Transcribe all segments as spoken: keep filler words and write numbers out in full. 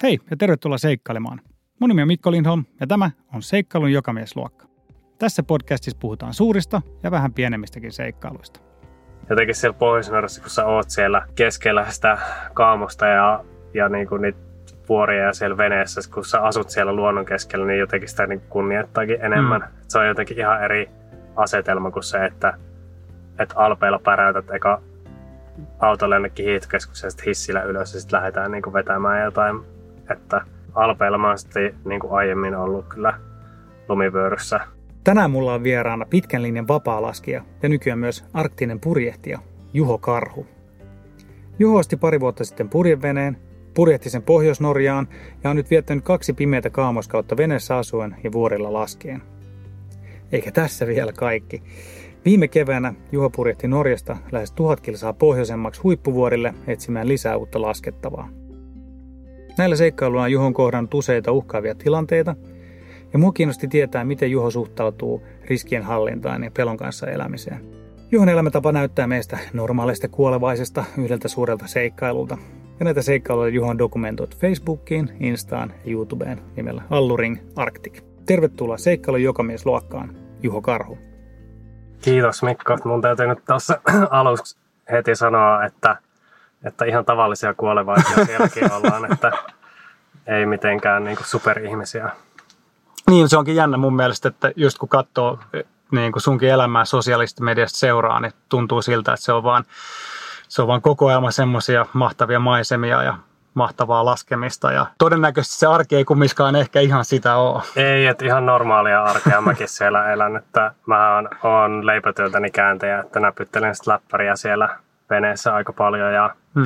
Hei ja tervetuloa seikkailemaan. Mun nimi on Mikko Lindholm ja tämä on Seikkailun jokamiesluokka. Tässä podcastissa puhutaan suurista ja vähän pienemmistäkin seikkailuista. Jotenkin siellä Pohjois-Norjassa, kun sä oot siellä keskellä sitä kaamosta ja, ja niinku niitä vuoria ja siellä veneessä, kun sä asut siellä luonnon keskellä, niin jotenkin sitä niinku kunnioittaakin enemmän. Mm. Se on jotenkin ihan eri asetelma kuin se, että, että Alpeilla päräytät eka autolle jonnekin hiihtokeskukseen ja sitten hissillä ylös ja sitten lähdetään niinku vetämään jotain. Että Alpeilla mä oon sitten niinku aiemmin ollut kyllä lumivyöryssä. Tänään mulla on vieraana pitkän linjan vapaa-laskija ja nykyään myös arktinen purjehtija Juho Karhu. Juho osti pari vuotta sitten purjeveneen, purjehti sen Pohjois-Norjaan ja on nyt viettänyt kaksi pimeätä kaamoskautta veneessä asuen ja vuorilla laskien. Eikä tässä vielä kaikki. Viime keväänä Juho purjehti Norjasta lähes tuhat kilsaa pohjoisemmaksi huippuvuorille etsimään lisää uutta laskettavaa. Näillä seikkailuilla Juho on kohdannut useita uhkaavia tilanteita, ja mua kiinnosti tietää, miten Juho suhtautuu riskien hallintaan ja pelon kanssa elämiseen. Juhon elämäntapa näyttää meistä normaaleista kuolevaisesta yhdeltä suurelta seikkailulta. Ja näitä seikkailuja Juho on dokumentoitu Facebookiin, Instaan ja YouTubeen nimellä Alluring Arctic. Tervetuloa Seikkailun jokamiesluokkaan, Juho Karhu. Kiitos Mikko. Mun täytyy nyt tuossa aluksi heti sanoa, että, että ihan tavallisia kuolevaisia sielläkin ollaan, että ei mitenkään niin kuin superihmisiä. Niin, se onkin jännä mun mielestä, että just kun katsoo niin kuin sunkin elämää sosiaalisesta mediasta seuraa, niin tuntuu siltä, että se on vaan, se on vaan koko ajan semmoisia mahtavia maisemia ja mahtavaa laskemista. Ja todennäköisesti se arki ei kumminkaan ehkä ihan sitä ole. Ei, että ihan normaalia arkea mäkin siellä elän. Että mä oon, oon leipätyöltäni kääntäjä, että näpyttelen sitä läppäriä siellä veneessä aika paljon. Ja, hmm.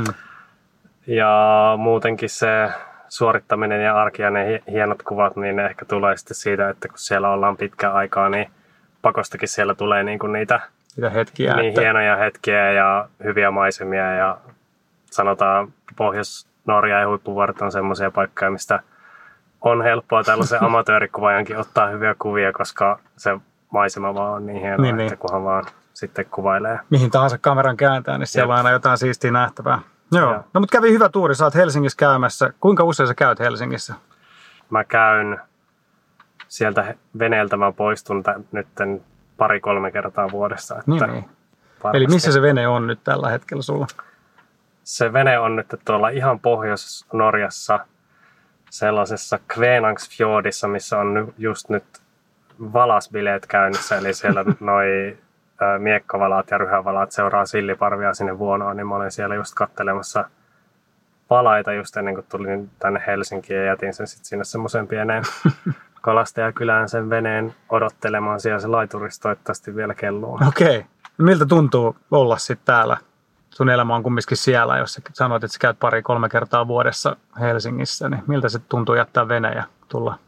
ja muutenkin se suorittaminen ja arki ja ne hienot kuvat, niin ne ehkä tulee sitten siitä, että kun siellä ollaan pitkän aikaa, niin pakostakin siellä tulee niinku niitä, niitä hetkiä, niin että hienoja hetkiä ja hyviä maisemia. Ja sanotaan, Pohjois-Norja ja huippuvuoret on semmoisia paikkoja, mistä on helppoa tällaisen amatöörikuvaajankin ottaa hyviä kuvia, koska se maisema vaan on niin hienoa, niin, että niin. kunhan vaan sitten kuvailee. Mihin tahansa kameran kääntää, niin siellä Jep. on aina jotain siistiä nähtävää. Joo. Ja. No mutta kävi hyvä tuuri, sä oot Helsingissä käymässä. Kuinka usein sä käyt Helsingissä? Mä käyn sieltä veneeltä, mä poistun t- nyt pari-kolme kertaa vuodessa. Että niin, niin. Eli missä se vene on nyt tällä hetkellä sulla? Se vene on nyt tuolla ihan Pohjois-Norjassa sellaisessa Kvænangsfjordissa, missä on just nyt valasbileet käynnissä. Eli siellä noi miekkavalat ja ryhävalat seuraa silliparvia sinne Vuonoon, niin mä olin siellä just kattelemassa valaita just ennen kuin tulin tänne Helsinkiin ja jätin sen sitten sinne semmoisen pieneen kalastajakylään sen veneen odottelemaan. Siellä se laiturissa toivottavasti vielä kelluu. Okei. Miltä tuntuu olla sitten täällä? Sun elämä on kumminkin siellä, jos sä sanoit, että sä käyt pari-kolme kertaa vuodessa Helsingissä, niin miltä se tuntuu jättää vene ja tulla?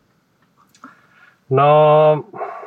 No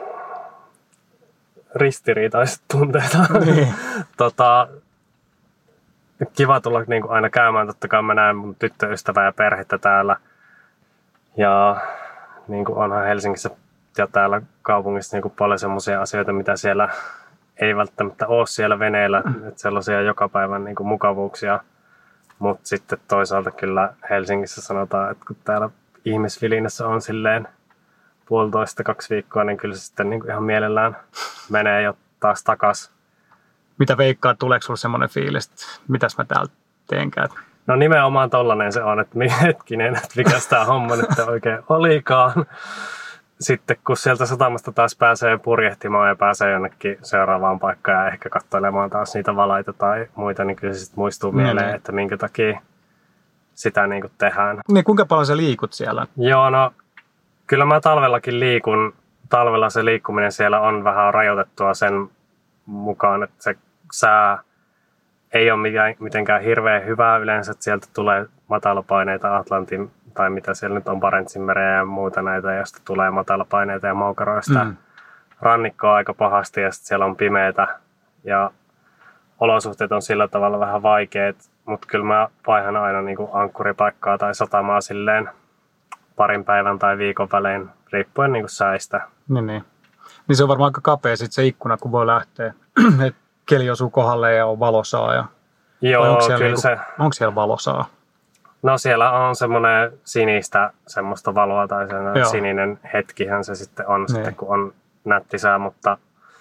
ristiriitaiset tunteet. Niin. tota, kiva tulla niin kuin aina käymään. Totta kai mä näen mun tyttöystävää ja perhettä täällä. Ja niin kuin onhan Helsingissä ja täällä kaupungissa niin kuin paljon semmoisia asioita, mitä siellä ei välttämättä ole siellä veneellä. Mm. Että sellaisia joka päivän niin kuin mukavuuksia. Mutta sitten toisaalta kyllä Helsingissä sanotaan, että kun täällä ihmisvilinässä on silleen puolitoista, kaksi viikkoa, niin kyllä se sitten niin kuin ihan mielellään menee jo taas takas. Mitä veikkaat, tuleeko sinulle semmoinen fiilis, että mitäs mä täällä teenkään? No nimenomaan tollainen se on, että hetkinen, että mikäs tää homma nyt oikein olikaan. Sitten kun sieltä satamasta taas pääsee purjehtimaan ja pääsee jonnekin seuraavaan paikkaan ja ehkä katselemaan taas niitä valaita tai muita, niin kyllä se sitten muistuu mieleen, mm. että minkä takia sitä niin kuin tehdään. Niin kuinka paljon sä liikut siellä? Joo, no kyllä mä talvellakin liikun. Talvella se liikkuminen siellä on vähän rajoitettua sen mukaan, että se sää ei ole mitenkään hirveän hyvää yleensä, että sieltä tulee matalapaineita Atlantin tai mitä siellä nyt on Barentsinmereä ja muuta näitä, josta tulee matalapaineita ja moukaroista mm. rannikkoa aika pahasti ja sitten siellä on pimeätä ja olosuhteet on sillä tavalla vähän vaikeat, mutta kyllä mä vaihan aina niin kuin ankkuripaikkaa tai satamaa silleen parin päivän tai viikon välein, riippuen niin kuin säistä. Niin, niin. niin se on varmaan aika kapea sit se ikkuna, kun voi lähteä. Et keli osuu kohdalle ja on valosaa. Ja... Joo, onko siellä, kyllä niinku... se... Onko siellä valosaa? No siellä on semmoinen sinistä semmoista valoa tai semmoinen sininen hetkihän se sitten on, niin. Sitten, kun on nätti sää, mutta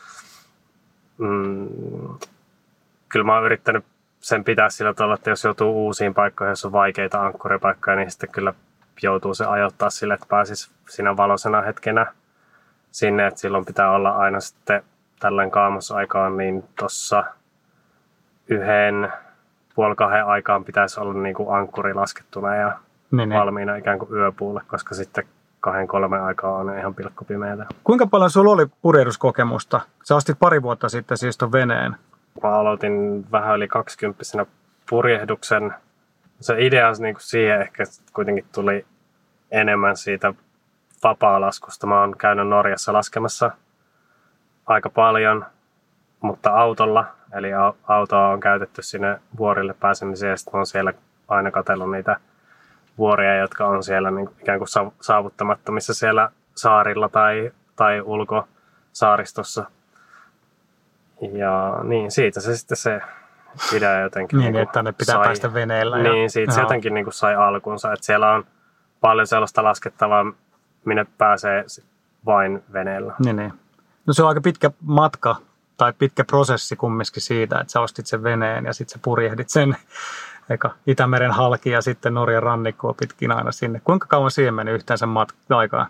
mm, kyllä mä oon yrittänyt sen pitää sillä tavalla, että jos joutuu uusiin paikkoihin, jos on vaikeita ankkuripaikkoja, niin sitten kyllä joutuu se ajoittaa sille, että pääsisi siinä valoisena hetkenä sinne, että silloin pitää olla aina sitten tällöin kaamosaikaan, niin tuossa yhden puoli kahden aikaan pitäisi olla niin kuin ankkuri laskettuna ja niin, valmiina ikään kuin yöpuulle, koska sitten kahden kolmen aikaa on ihan pilkkopimeätä. Kuinka paljon sulla oli purjehduskokemusta? Sä ostit pari vuotta sitten siis ton veneen. Mä aloitin vähän yli kaksikymppisenä purjehduksen. Se idea niin kuin siihen ehkä kuitenkin tuli enemmän siitä vapaalaskusta. Mä oon käynyt Norjassa laskemassa aika paljon, mutta autolla. Eli autoa on käytetty sinne vuorille pääsemiseen ja sitten mä oon siellä aina katsellut niitä vuoria, jotka on siellä niin kuin ikään kuin saavuttamattomissa siellä saarilla tai, tai ulkosaaristossa. Ja niin, siitä se sitten se idea jotenkin niin, niin että ne pitää sai, päästä veneellä. Ja, niin, siitä se jotenkin niin kuin sai alkunsa. Että siellä on paljon sellaista laskettavaa, minne pääsee vain veneellä. Niin, niin. No se on aika pitkä matka tai pitkä prosessi kumminkin siitä, että sä ostit sen veneen ja sitten sä purjehdit sen eka Itämeren halki ja sitten Norjan rannikkoa pitkin aina sinne. Kuinka kauan siihen meni yhteensä mat- aikaa?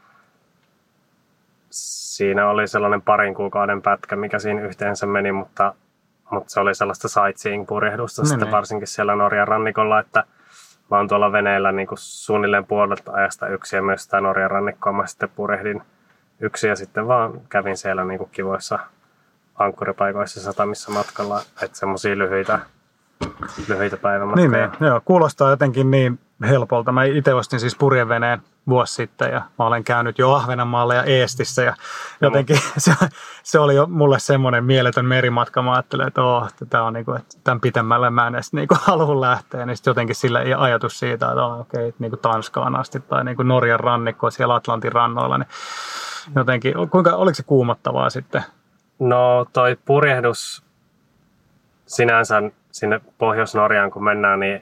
Siinä oli sellainen parin kuukauden pätkä, mikä siinä yhteensä meni, mutta, mutta se oli sellaista sightseeing-purjehdusta no, sitten niin. Varsinkin siellä Norjan rannikolla, että mä oon tuolla veneellä niin kuin suunnilleen puolelta ajasta yksi ja myös sitä Norjan rannikkoa mä sitten purjehdin yksi ja sitten vaan kävin siellä niin kuin kivoissa ankkuripaikoissa satamissa matkalla, että semmosia lyhyitä, lyhyitä päivämatkoja. Niin, niin, joo, kuulostaa jotenkin niin helpolta. Mä itse ostin siis purjeveneen vuosi sitten ja mä olen käynyt jo Ahvenanmaalla ja Eestissä ja jotenkin se, se oli jo mulle semmoinen mieletön merimatka. Mä ajattelin, että, oh, että, on niinku, että tämän pitemmälle mä en edes niinku halua lähteä. Niin sitten jotenkin sillä ajatus siitä, että oh, okei, okay, niinku Tanskaan asti tai niinku Norjan rannikkoa siellä Atlantin rannoilla. Niin jotenkin, kuinka, oliko se kuumottavaa sitten? No toi purjehdus sinänsä sinne Pohjois-Norjaan kun mennään, niin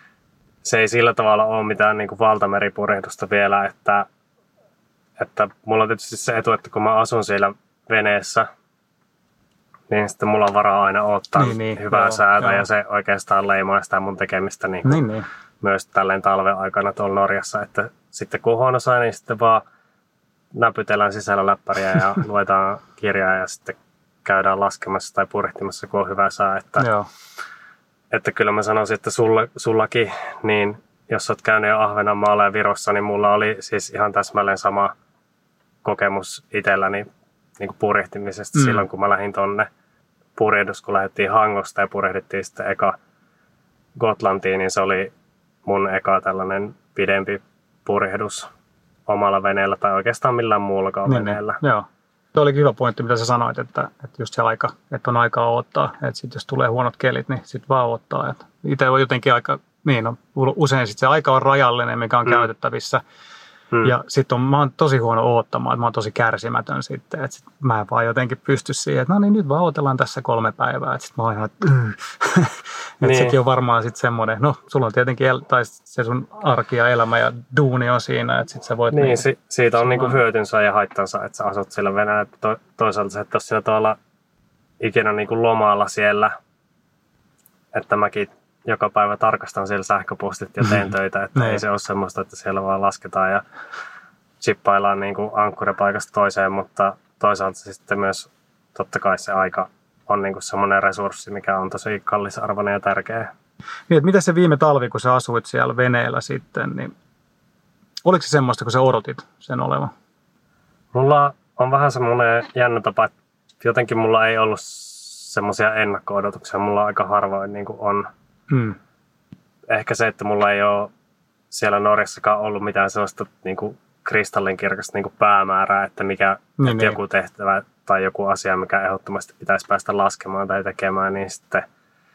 se ei sillä tavalla ole mitään niin kuin valtameripurjehdusta vielä, että, että mulla on tietysti se etu, että kun mä asun siellä veneessä, niin sitten mulla on varaa aina odottaa niin, niin, hyvää joo, säätä joo. Ja se oikeastaan leimaa sitä mun tekemistä niin niin, niin. Myös tälleen talven aikana tuolla Norjassa, että sitten kun on huono sää, niin sitten vaan näpytellään sisällä läppäriä ja luetaan kirjaa ja sitten käydään laskemassa tai purjehtimassa, kun on hyvä sää. Että, joo. että kyllä mä sanoisin, että sulla, sullakin, niin jos olet käynyt jo Ahvenanmaalla ja Virossa, niin mulla oli siis ihan täsmälleen sama kokemus itselläni niin kuin purjehtimisesta mm. silloin, kun mä lähdin tonne purjehdus, kun lähdettiin Hangosta ja purjehdittiin sitten eka Gotlantiin, niin se oli mun eka tällainen pidempi purjehdus omalla veneellä tai oikeastaan millään muullakaan niin, veneellä. Niin, joo. Se oli hyvä pointti, mitä sä sanoit, että, että just se aika, että on aikaa odottaa, että sit jos tulee huonot kelit, niin sitten vaan odottaa. Itse on jotenkin aika, niin no, usein sit se aika on rajallinen, mikä on mm. käytettävissä. Mm. Ja sitten mä oon tosi huono odottamaan, että mä oon tosi kärsimätön sitten, että sit mä en vaan jotenkin pysty siihen, että no niin, nyt vaan odotellaan tässä kolme päivää, että sit mä oon ihan, että niin. Sekin on varmaan sitten semmoinen, no sulla on tietenkin, el- tai se sun arki ja elämä ja duuni on siinä, että sit sä voit... Niin, si- siitä on niinku hyötynsä ja haittansa, että sä asut siellä Venäjällä, to- toisaalta että jos siellä tuolla ikinä niinku lomalla siellä, että mäkin joka päivä tarkastan siellä sähköpostit ja teen töitä, että ei se ole semmoista, että siellä vaan lasketaan ja chippaillaan niin kuin ankkuripaikasta toiseen, mutta toisaalta sitten myös totta kai se aika on niin kuin semmoinen resurssi, mikä on tosi kallisarvoinen ja tärkeä. Niin, että mitä se viime talvi, kun sä asuit siellä veneellä sitten, niin oliko se semmoista, kun sä odotit sen olevan? Mulla on vähän semmoinen jännä tapa, että jotenkin mulla ei ollut semmoisia ennakko-odotuksia, mulla aika harvoin niin kuin on. Hmm. Ehkä se, että mulla ei ole siellä Norjassakaan ollut mitään sellaista niin kuin kristallinkirkasta niin kuin päämäärää, että mikä niin, että niin. joku tehtävä tai joku asia, mikä ehdottomasti pitäisi päästä laskemaan tai tekemään, niin sitten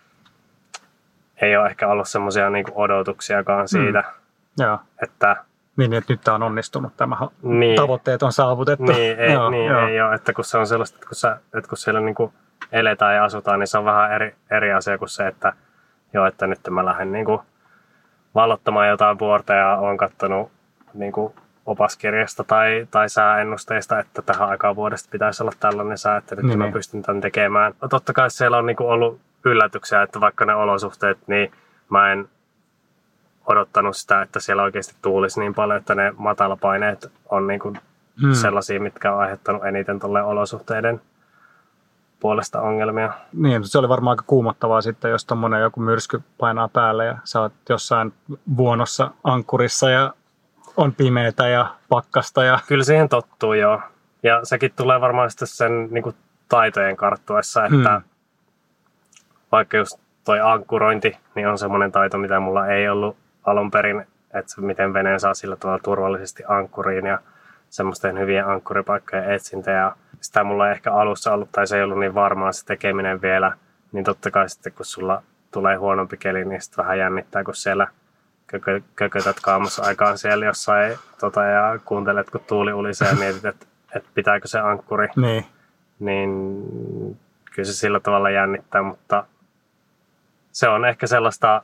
ei ole ehkä ollut semmoisia niin kuin odotuksiakaan siitä, hmm. että niin, että nyt tämä on onnistunut, tämä niin, tavoitteet on saavutettu. Niin, ei, joo, niin joo. ei ole, että kun se on sellaista, että kun, sä, että kun siellä niin kuin eletään ja asutaan, niin se on vähän eri, eri asia kuin se, että joo, että nyt mä lähden niin kuin vallottamaan jotain vuorta ja olen katsonut niin kuin opaskirjasta tai, tai sääennusteista, että tähän aikaan vuodesta pitäisi olla tällainen sää, että nyt niin, mä pystyn tämän tekemään. Totta kai siellä on niin kuin ollut yllätyksiä, että vaikka ne olosuhteet, niin mä en odottanut sitä, että siellä oikeasti tuulisi niin paljon, että ne matalapaineet on niin kuin hmm. sellaisia, mitkä on aiheuttanut eniten tolleen olosuhteiden puolesta ongelmia. Niin, se oli varmaan aika kuumottavaa sitten, jos tommonen joku myrsky painaa päälle ja sä oot jossain vuonossa ankkurissa ja on pimeätä ja pakkasta. Ja... Kyllä siihen tottuu, joo. Ja sekin tulee varmaan sitten sen niin kuin taitojen karttuessa, että hmm. vaikka just toi ankkurointi, niin on semmoinen taito, mitä mulla ei ollut alun perin, että miten veneen saa sillä tavalla turvallisesti ankkuriin ja semmoisten hyvien ankkuripaikkojen etsintä. Ja sitä mulla ei ehkä alussa ollut, tai se ei ollut niin varmaa se tekeminen vielä, niin totta kai sitten kun sulla tulee huonompi keli, niin sitten vähän jännittää, kun siellä kökö, kökötät kaamassa aikaan siellä jossain tota, ja kuuntelet, kun tuuli ulisee ja mietit, että, että pitääkö se ankkuri. Niin. Niin kyllä se sillä tavalla jännittää, mutta se on ehkä sellaista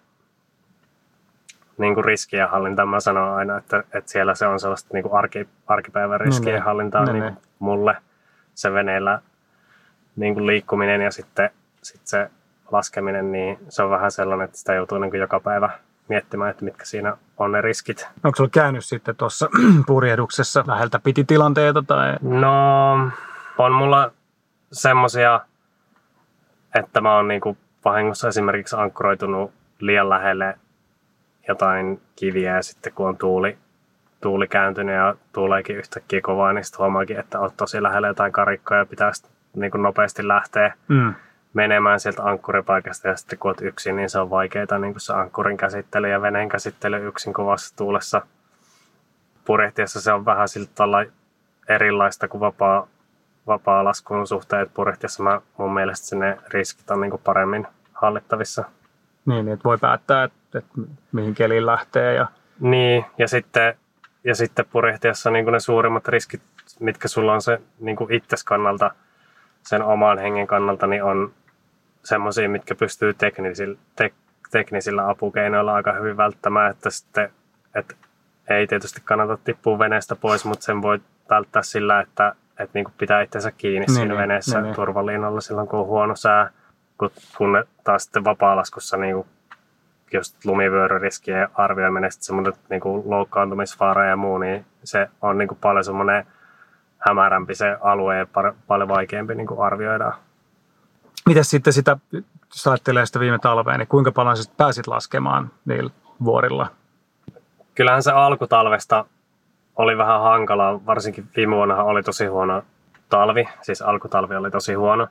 niin kuin riskien hallintaa. Mä sanon aina, että, että siellä se on sellaista niin kuin arki, arkipäivän riskien hallintaa niin niin mulle. Se veneellä niin kuin liikkuminen ja sitten, sitten se laskeminen, niin se on vähän sellainen, että sitä joutuu niin kuin joka päivä miettimään, että mitkä siinä on ne riskit. Onko sulla käynyt sitten tuossa purjehduksessa läheltä piti tilanteita? Tai... No, on mulla semmosia, että mä oon niin kuin vahingossa esimerkiksi ankkuroitunut liian lähelle jotain kiviä ja sitten kun on tuuli, tuuli kääntynyt ja tuuleekin yhtäkkiä kovaa, niin sitten huomaakin, että oot tosi lähellä jotain karikkoa ja pitäisi niin kuin nopeasti lähteä mm. menemään sieltä ankkuripaikasta ja sitten kun oot yksin, niin se on vaikeaa niin kuin se ankkurin käsittely ja veneen käsittely yksin kovassa tuulessa. Purjehtiessa se on vähän siltä tavalla erilaista kuin vapaa, vapaa laskun suhteen. Purjehtiessa mä, mun mielestä ne riskit on niin kuin paremmin hallittavissa. Niin, että voi päättää, että, että mihin keliin lähtee. Ja... Niin, ja sitten, ja sitten purjehtiessa niin kuin ne suurimmat riskit, mitkä sulla on se niin kuin itses kannalta, sen oman hengen kannalta, niin on semmoisia, mitkä pystyy teknisillä, tek, teknisillä apukeinoilla aika hyvin välttämään, että sitten, että ei tietysti kannata tippua veneestä pois, mutta sen voi välttää sillä, että, että niin kuin pitää itsensä kiinni niin, siinä veneessä niin, turvaliinalla silloin, kun on huono sää. Kun, kun taas sitten vapaalaskussa niin just lumivyöryriskien arvioiminen, sitten semmoinen niin loukkaantumisvaara ja muu, niin se on niin kuin paljon semmoinen hämärämpi se alue ja par, paljon vaikeampi niin kuin arvioidaan. Mitäs sitten sitä, jos ajattelee sitä viime talvea, niin kuinka paljon sä pääsit laskemaan niillä vuorilla? Kyllähän se alkutalvesta oli vähän hankalaa, varsinkin viime vuonnahan oli tosi huono talvi, siis alkutalvi oli tosi huono.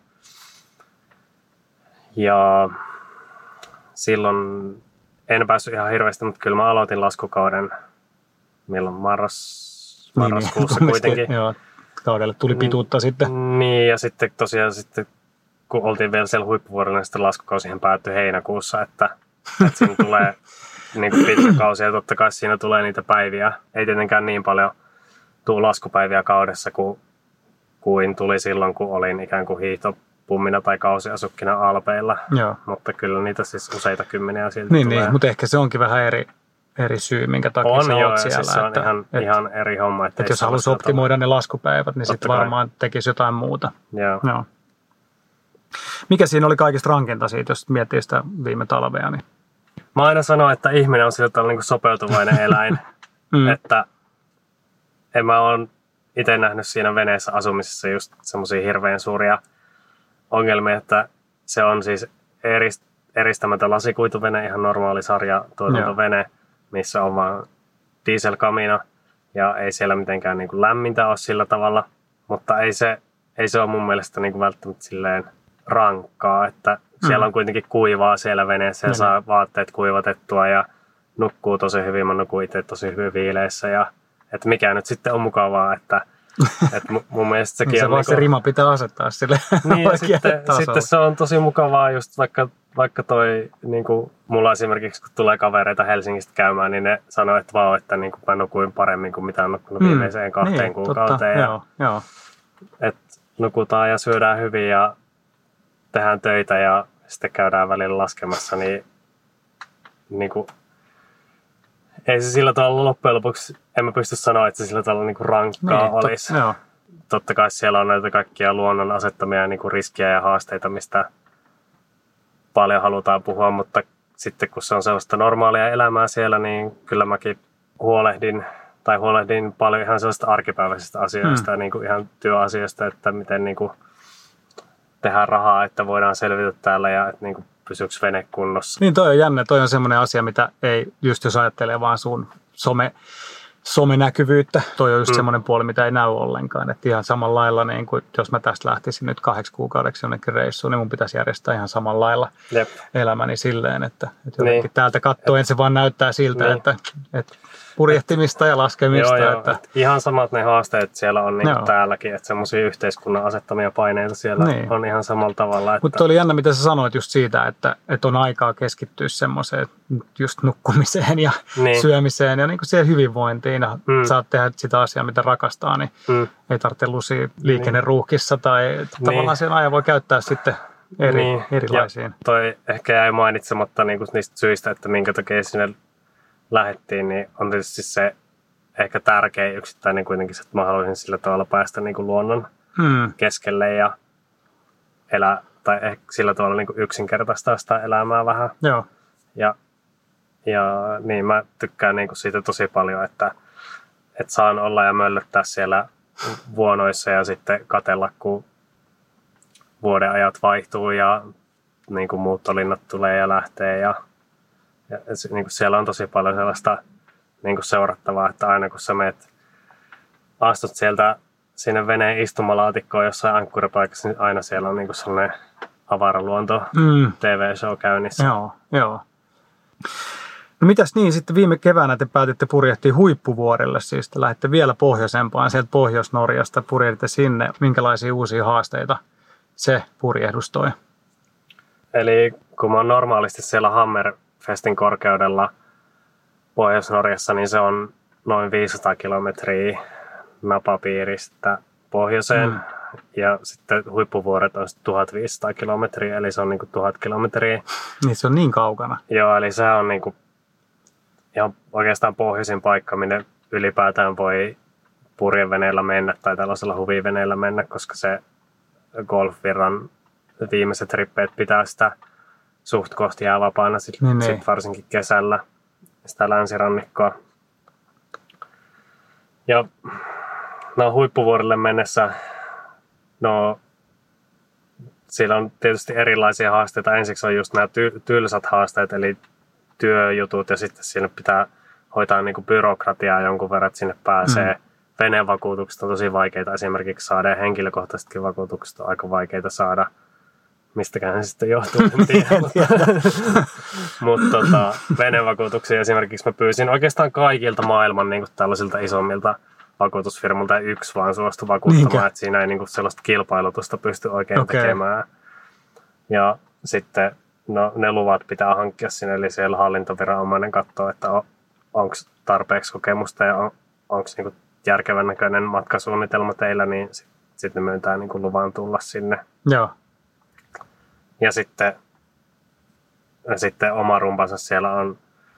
Ja silloin en päässyt ihan hirveästi, mutta kyllä mä aloitin laskukauden milloin marras, marraskuussa niin, kuitenkin. Joo, kaudelle tuli pituutta N- sitten. Niin, ja sitten tosiaan sitten, kun oltiin vielä siellä huippuvuorilla, niin sitten laskukausihan päättyi heinäkuussa, että, että siinä tulee niin kuin pitkä kausi ja totta kai siinä tulee niitä päiviä. Ei tietenkään niin paljon tule laskupäiviä kaudessa kuin, kuin tuli silloin, kun olin ikään kuin hiihtopummina tai kausiasukkina Alpeilla. Joo. Mutta kyllä niitä siis useita kymmeniä silti niin, tulee. Niin, mutta ehkä se onkin vähän eri, eri syy, minkä takia on, sä joo, oot siellä. Siis se on että, ihan, et, ihan eri homma. Että jos haluaisi optimoida ne laskupäivät, niin sitten varmaan tekisi jotain muuta. Joo. Joo. Mikä siinä oli kaikista rankinta siitä, jos miettii sitä viime talvea? Niin... Mä aina sanon, että ihminen on sillä tavalla niin kuin sopeutuvainen eläin. mm. Että en mä ole itse nähnyt siinä veneessä asumisessa just semmoisia hirveän suuria ongelmia, että se on siis erist, eristämätön lasikuituvene, ihan normaali sarja tuotantovene, missä on vaan dieselkamina ja ei siellä mitenkään niin kuin lämmintä ole sillä tavalla, mutta ei se, ei se ole mun mielestä niin kuin välttämättä silleen rankkaa, että siellä on kuitenkin kuivaa siellä veneessä ja mm. saa vaatteet kuivatettua ja nukkuu tosi hyvin, mä nukun itse tosi hyvin viileissä ja että mikä nyt sitten on mukavaa, että et mun mielestä sekin se on... vaan niinku... se rima pitää asettaa sille niin, sitten, sitten se on tosi mukavaa just vaikka, vaikka toi, niinku, mulla esimerkiksi kun tulee kavereita Helsingistä käymään, niin ne sanoo, että vau, että niinku, mä nukuin paremmin kuin mitä on nukkunut mm. viimeiseen kahteen niin, kuukauteen. Ja, joo, joo. Et nukutaan ja syödään hyvin ja tehdään töitä ja sitten käydään välillä laskemassa, niin, niin kuin, ei se sillä tavalla loppujen lopuksi, en mä pysty sanoa, että se sillä tavalla niin kuin rankkaa niin, olisi. Tot, Totta kai siellä on näitä kaikkia luonnon asettamia niin kuin riskejä ja haasteita, mistä paljon halutaan puhua, mutta sitten kun se on sellaista normaalia elämää siellä, niin kyllä mäkin huolehdin tai huolehdin paljon ihan sellaista arkipäiväisistä asioista mm. ja niin kuin ihan työasioista, että miten niin kuin tehdään rahaa, että voidaan selvitä täällä ja että niin kuin pysyykö vene kunnossa. Niin toi on jännä, toi on semmoinen asia, mitä ei, just jos ajattelee vaan sun some, somenäkyvyyttä, toi on just mm. semmoinen puoli, mitä ei näy ollenkaan. Että ihan samalla lailla, niin kuin, jos mä tästä lähtisin nyt kahdeksi kuukaudeksi jonnekin reissuun, niin mun pitäisi järjestää ihan samalla lailla Jep. elämäni silleen, että, että jotenkin niin. täältä katsoen se vaan näyttää siltä, niin. että, että purjehtimista ja laskemista. Joo, joo. Että... Et ihan samat ne haasteet siellä on niin kuin täälläkin, että semmoisia yhteiskunnan asettamia paineita siellä niin. on ihan samalla tavalla. Että... Mutta oli jännä, mitä sä sanoit just siitä, että, että on aikaa keskittyä semmoiseen just nukkumiseen ja niin. syömiseen ja niin kuin siihen hyvinvointiin. Mm. Saat tehdä sitä asiaa, mitä rakastaa, niin mm. ei tarvitse lusia liikenneruuhkissa tai niin. tavallaan sen ajan voi käyttää sitten eri, niin. erilaisiin. Ja toi ehkä jäi mainitsematta niin kuin niistä syistä, että minkä takia sinne lähdettiin, niin on tietysti se ehkä tärkein yksittäinen kuitenkin, että mä haluaisin sillä tavalla päästä niin kuin luonnon hmm. keskelle ja elää, tai ehkä sillä tavalla niin kuin yksinkertaistaa sitä elämää vähän. Joo. Ja, ja niin mä tykkään niin kuin siitä tosi paljon, että, että saan olla ja möllöttää siellä vuonoissa ja sitten katsella, kun vuoden ajat vaihtuu ja niin kuin muuttolinnat tulee ja lähtee ja Ja, niin kuin siellä on tosi paljon sellaista niin kuin seurattavaa, että aina kun sä menet, astut sieltä sinne veneen istumalaatikkoon jossain ankkuripaikassa, niin aina siellä on niin kuin sellainen avaraluonto mm. T V-show käynnissä. Joo, joo. No mitäs niin, sitten viime keväänä te päätitte purjehtia Huippuvuorelle, siis te lähditte vielä pohjoisempaan, sieltä Pohjois-Norjasta purjehditte sinne. Minkälaisia uusia haasteita se purjehdus toi? Eli kun mä oon normaalisti siellä Hammerfestin korkeudella Pohjois-Norjassa, niin se on noin viisisataa kilometriä napapiiristä pohjoiseen. Mm. Ja sitten Huippuvuoret on tuhatviisisataa kilometriä, eli se on niinku tuhat kilometriä. Niin se on niin kaukana. Joo, eli se on niinku ihan oikeastaan pohjoisin paikka, minne ylipäätään voi purjeveneellä mennä tai tällaisella huviveneellä mennä, koska se golfvirran viimeiset rippeet pitää sitä suht kohti jäävapaana sitten niin, sit varsinkin kesällä sitä länsirannikkoa. Ja no Huippuvuorille mennessä, no siellä on tietysti erilaisia haasteita. Ensiksi on just nämä ty- tylsät haasteet, eli työjutut, ja sitten siinä pitää hoitaa niinku byrokratiaa jonkun verran, että sinne pääsee. Mm. Venevakuutukset on tosi vaikeita esimerkiksi saada, ja henkilökohtaisetkin vakuutukset on aika vaikeita saada. Mistäkään se sitten johtuu, en tiedä. Mutta tota, venevakuutuksia esimerkiksi mä pyysin oikeastaan kaikilta maailman niin kuin tällaisilta isommilta vakuutusfirmalta, ja yksi vaan suostui vakuuttamaan, että siinä ei niin kuin sellaista kilpailutusta pysty oikein okay. tekemään. Ja sitten no, ne luvat pitää hankkia sinne, eli siellä hallintoviranomainen katsoo, että on, onko tarpeeksi kokemusta ja on, onko niin kuin järkevän näköinen matkasuunnitelma teillä, niin sitten sit ne myöntää niin kuin luvan tulla sinne. Joo. Ja sitten, ja sitten oma rumpansa siellä on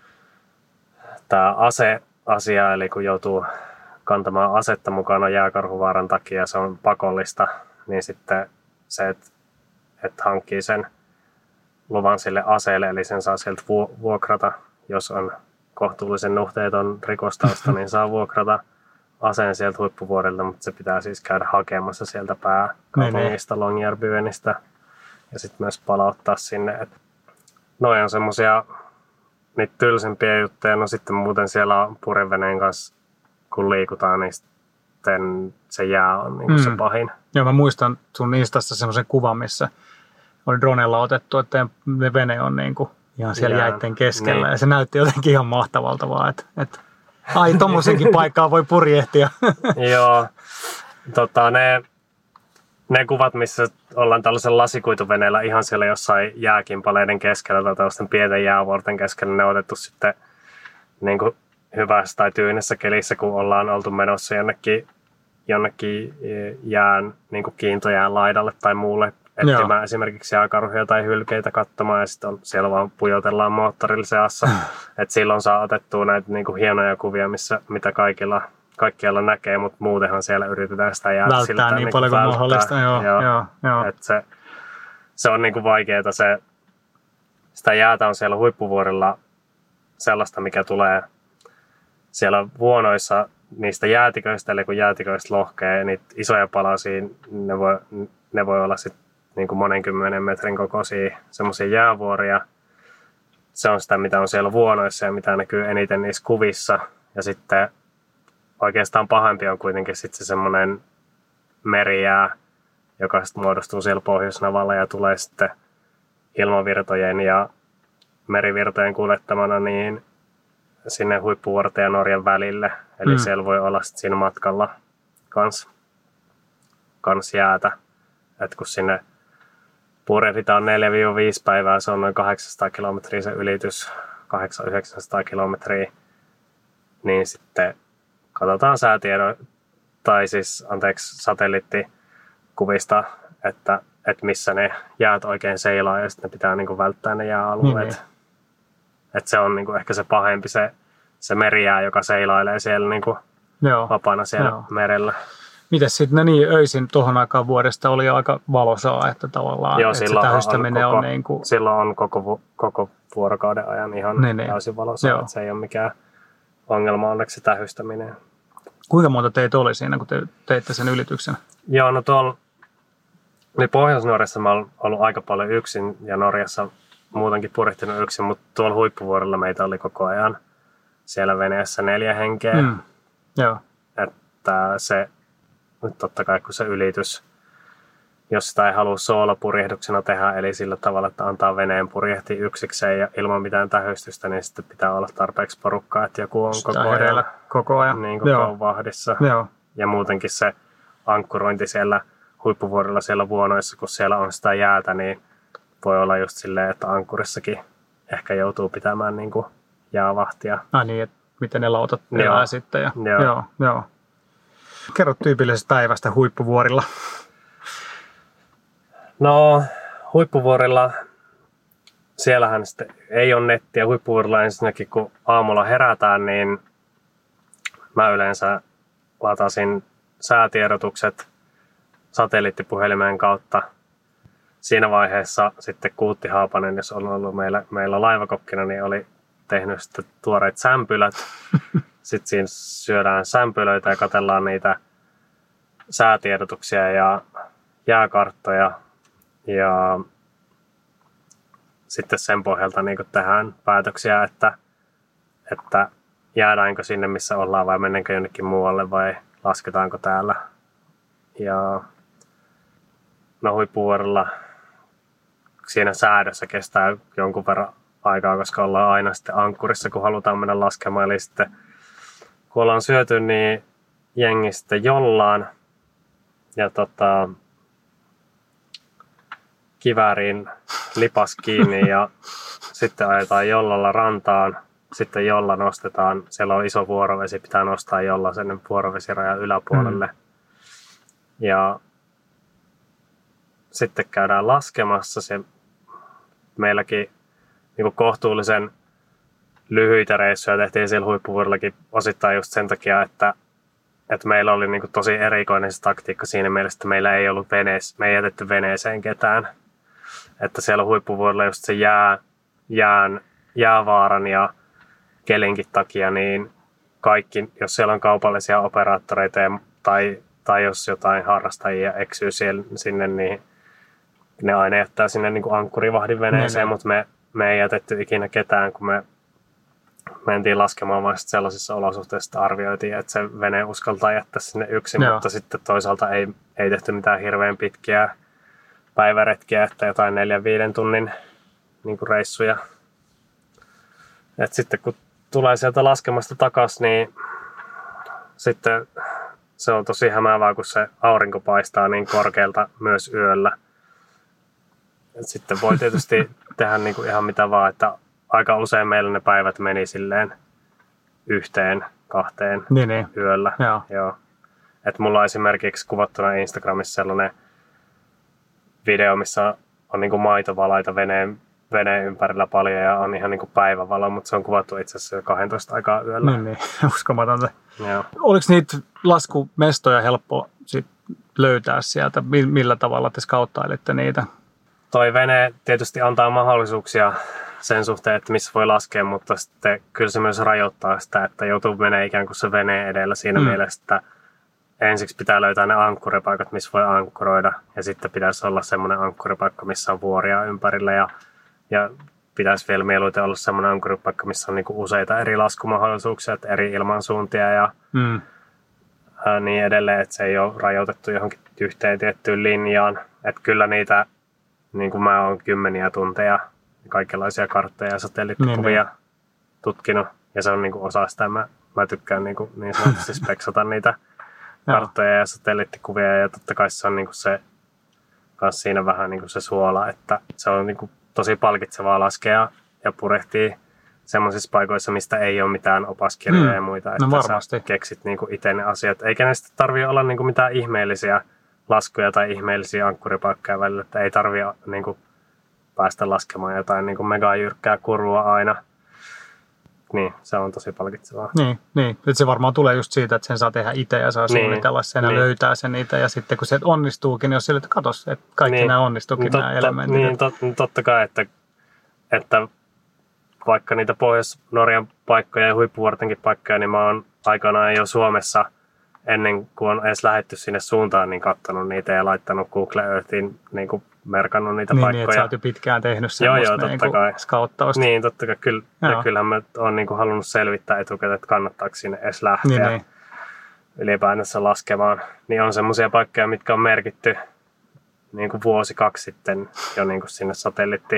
tämä ase-asia, eli kun joutuu kantamaan asetta mukana jääkarhuvaaran takia, se on pakollista, niin sitten se, että et hankkii sen luvan sille aseelle, eli sen saa sieltä vuokrata, jos on kohtuullisen nuhteeton rikostausta, niin saa vuokrata aseen sieltä Huippuvuorilta, mutta se pitää siis käydä hakemassa sieltä pääkaupungista Longyearbyenistä. Ja sitten myös palauttaa sinne. Et noi on semmosia niitä tylsempiä juttuja. No sitten muuten siellä on purjeveneen kanssa, kun liikutaan, niin sitten se jää on niin mm. se pahin. Joo, mä muistan sun Instasta semmoisen kuvan, missä oli dronella otettu, että vene on niin kuin ihan siellä Jään. jäitten keskellä. Niin. Ja se näytti jotenkin ihan mahtavalta vaan, että, että ai tommosenkin paikkaa voi purjehtia. Joo, tota ne... Ne kuvat, missä ollaan tällaisella lasikuituveneellä ihan siellä jossain jääkimpaleiden keskellä tai tällaisten pienten jäävuorten keskellä, ne on otettu sitten niin kuin hyvässä tai tyynessä kelissä, kun ollaan oltu menossa jonnekin, jonnekin jään niin kuin kiintojään laidalle tai muulle etsimään Joo. esimerkiksi jääkarhuja tai hylkeitä katsomaan ja sitten siellä vaan pujotellaan moottorilla seassa. Että silloin saa otettua näitä niinku hienoja kuvia, missä, mitä kaikilla, kaikkialla näkee, mutta muutenhan siellä yritetään sitä jäätä välttää siltä, niin niinku paljon kuin välttää. mahdollista. Joo, joo, joo, joo. Et se, se on niinku vaikeaa. Se, sitä jäätä on siellä huippuvuorilla sellaista, mikä tulee siellä vuonoissa niistä jäätiköistä, eli kun jäätiköistä lohkee niitä isoja palasia, ne voi, ne voi olla sitten niin kuin monen kymmenen metrin kokoisia semmoisia jäävuoria. Se on sitä, mitä on siellä vuonoissa ja mitä näkyy eniten niissä kuvissa. Ja sitten oikeastaan pahempi on kuitenkin sitten se semmoinen merijää, joka sitten muodostuu siellä Pohjoisnavalla ja tulee sitten ilmavirtojen ja merivirtojen kuljettamana niin sinne huippuvuorten ja Norjan välille. Eli mm. siellä voi olla sitten siinä matkalla kans, kans jäätä. Et kun sinne purjehditaan neljä viisi päivää, se on noin kahdeksansataa kilometriä se ylitys, kahdeksansataa yhdeksänsataa kilometriä, niin sitten katsotaan säätiedon, tai siis anteeksi satelliittikuvista, että, että missä ne jäät oikein seilaa ja sitten ne pitää niin kuin välttää ne jääalueet. Mm. Että se on niin kuin ehkä se pahempi se, se merijää, joka seilailee siellä niin kuin vapaana siellä Joo. merellä. Mites sitten, no niin, öisin tuohon aikaan vuodesta oli aika valosaa, että tavallaan Joo, että se tähystäminen on, on niin kuin... silloin on koko, koko vuorokauden ajan ihan niin, täysin valosaa, että se ei ole mikään ongelma onneksi se tähystäminen. Kuinka monta teitä oli siinä, kun te teitte sen ylityksen? Joo, no tuolla niin Pohjois-Norjassa mä oon ollut aika paljon yksin ja Norjassa muutenkin purjehtinut yksin, mutta tuolla huippuvuorella meitä oli koko ajan siellä veneessä neljä henkeä. Mm. Joo. Että se, nyt totta kai kun se ylitys, jos sitä ei halua soolopurjehduksena tehdä, eli sillä tavalla, että antaa veneen purjehtia yksikseen ja ilman mitään tähystystä, niin sitten pitää olla tarpeeksi porukkaa, että joku on koko ajan, koko ajan. Niin koko ajan vahdissa. Joo. Ja muutenkin se ankkurointi siellä huippuvuorilla siellä vuonoissa, kun siellä on sitä jäätä, niin voi olla just silleen, että ankkurissakin ehkä joutuu pitämään niin kuin jäävahtia. Ai niin, että miten ne lautat elää sitten. Ja, joo. Joo, joo. Kerro tyypillisestä päivästä huippuvuorilla. No, huippuvuorilla, siellähän sitten ei ole nettiä. Huippuvuorilla ensinnäkin, kun aamulla herätään, niin mä yleensä latasin säätiedotukset satelliittipuhelimen kautta. Siinä vaiheessa sitten Kuutti Haapanen, jos on ollut meillä, meillä laivakokkina, niin oli tehnyt sitten tuoreet sämpylät. Sitten siinä syödään sämpylöitä ja katsellaan niitä säätiedotuksia ja jääkarttoja. Ja sitten sen pohjalta niin kuin tehdään päätöksiä, että, että jäädäänkö sinne, missä ollaan vai mennäänkö jonnekin muualle vai lasketaanko täällä. Ja no huippuvuorilla siinä säädössä kestää jonkun verran aikaa, koska ollaan aina sitten ankkurissa, kun halutaan mennä laskemaan. Eli sitten kun ollaan syöty, niin jengi sitten jollaan ja tota, kivääriin lipas kiinni ja sitten ajetaan jollalla rantaan. Sitten jolla nostetaan, siellä on iso vuorovesi, pitää nostaa jolla sen vuorovesirajan yläpuolelle. Mm. Ja sitten käydään laskemassa. Se meilläkin niin kuin kohtuullisen lyhyitä reissuja tehtiin siellä huippuvuorillakin osittain just sen takia, että, että meillä oli niin kuin tosi erikoinen se taktiikka siinä mielessä, että meillä ei ollut veneessä, me ei jätetty veneeseen ketään. Että siellä huippuvuorilla just se jää, jään, jäävaaran ja kelinkin takia, niin kaikki, jos siellä on kaupallisia operaattoreita ja, tai, tai jos jotain harrastajia eksyy siellä, sinne, niin ne aina jättää sinne niin kuin ankkurivahdin veneeseen, mutta me, me ei jätetty ikinä ketään, kun me mentiin laskemaan vaan sellaisissa olosuhteissa, että arvioitiin, että se vene uskaltaa jättää sinne yksin, Joo. mutta sitten toisaalta ei, ei tehty mitään hirveän pitkiä päiväretkiä, että jotain neljän viiden tunnin niin kuin reissuja. Et sitten kun tulee sieltä laskemasta takaisin, niin sitten se on tosi hämäävää, kun se aurinko paistaa niin korkealta myös yöllä. Et sitten voi tietysti tehdä niin kuin ihan mitä vaan, että aika usein meillä ne päivät meni silleen yhteen, kahteen niin, niin. yöllä. Joo. Joo. Et mulla on esimerkiksi kuvattuna Instagramissa sellainen video, missä on niin kuin maitovalaita veneen, veneen ympärillä paljon ja on ihan niin kuin päivävalo, mutta se on kuvattu itse asiassa jo kaksitoista aikaa yöllä. Niin, niin. Uskomatonta. Joo. Oliko niitä laskumestoja helppo sit löytää sieltä? Millä tavalla te skauttailitte niitä? Toi vene tietysti antaa mahdollisuuksia sen suhteen, että missä voi laskea, mutta sitten kyllä se myös rajoittaa sitä, että joutuu menee ikään kuin se veneen edellä siinä mm. mielessä, että ensiksi pitää löytää ne ankkuripaikat, missä voi ankkuroida, ja sitten pitäisi olla semmoinen ankkuripaikka, missä on vuoria ympärillä, ja, ja pitäisi vielä mieluiten olla semmoinen ankkuripaikka, missä on niinku useita eri laskumahdollisuuksia, että eri ilmansuuntia ja mm. ää, niin edelleen, että se ei ole rajoitettu johonkin yhteen tiettyyn linjaan. Että kyllä niitä, niin kuin mä oon kymmeniä tunteja, kaikenlaisia kartteja ja satelliittikuvia niin, tutkinut, ja se on niinku osa sitä, mä, mä tykkään niinku niin sanotusti speksata niitä karttoja ja satelliittikuvia, ja totta kai se on niinku se, kans siinä vähän niinku se suola, että se on niinku tosi palkitsevaa laskea ja purehtii semmoisissa paikoissa, mistä ei ole mitään opaskirjoja mm. ja muita, että no sä keksit niinku itse ne asiat. Eikä ne sitten tarvitse olla niinku mitään ihmeellisiä laskuja tai ihmeellisiä ankkuripaikkoja välillä, että ei tarvitse niinku päästä laskemaan jotain niinku mega jyrkkää kurua aina. Niin, se on tosi palkitsevaa. Niin, niin. Että se varmaan tulee just siitä, että sen saa tehdä itse ja saa niin, suunnitella sen ja niin. löytää sen itse. Ja sitten kun se onnistuukin, niin jos sille, että katos, että kaikki niin. nämä onnistuukin totta, nämä elementit. Niin, tot, totta kai, että, että vaikka niitä Pohjois-Norjan paikkoja ja huippuvuortenkin paikkoja, niin mä oon aikanaan jo Suomessa ennen kuin on edes lähdetty sinne suuntaan, niin katsonut niitä ja laittanut Google Earthiin niin kuin merkannut niitä niin, paikkoja. Niin, että sä oot jo pitkään tehnyt semmoista niin skauttausta. Niin, totta kai. Kyllä, ja kyllähän mä oon niin kuin halunnut selvittää etukäteen, että kannattaako sinne edes lähteä niin, niin. ylipäätänsä laskemaan. Niin on semmoisia paikkoja, mitkä on merkitty niin kuin vuosi kaksi sitten jo niin kuin sinne satelliitti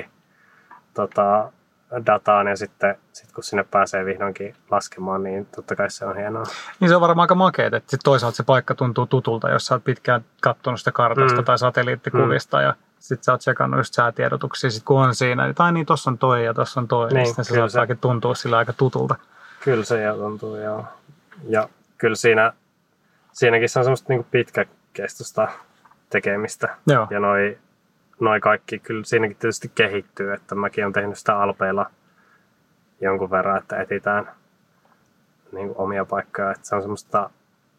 tota, dataan, ja sitten sit kun sinne pääsee vihdoinkin laskemaan, niin totta kai se on hienoa. Niin se on varmaan aika makeet, että sit toisaalta se paikka tuntuu tutulta, jos sä oot pitkään katsonut sitä kartasta mm. tai satelliittikuvista, mm. ja sitten sä oot sekannut just säätiedotuksia, sit kun on siinä, tai niin tossa on toi ja tossa on toi, niin, niin sitten se saattaakin tuntua sillä aika tutulta. Kyllä se jo tuntuu, joo. Ja kyllä siinä, siinäkin se on semmoista niinku pitkäkestoista tekemistä. Joo. Ja noi Noi kaikki kyllä siinäkin tietysti kehittyy, että mäkin olen tehnyt sitä alpeilla jonkun verran, että etsitään niin kuin omia paikkoja. Että se on semmoista,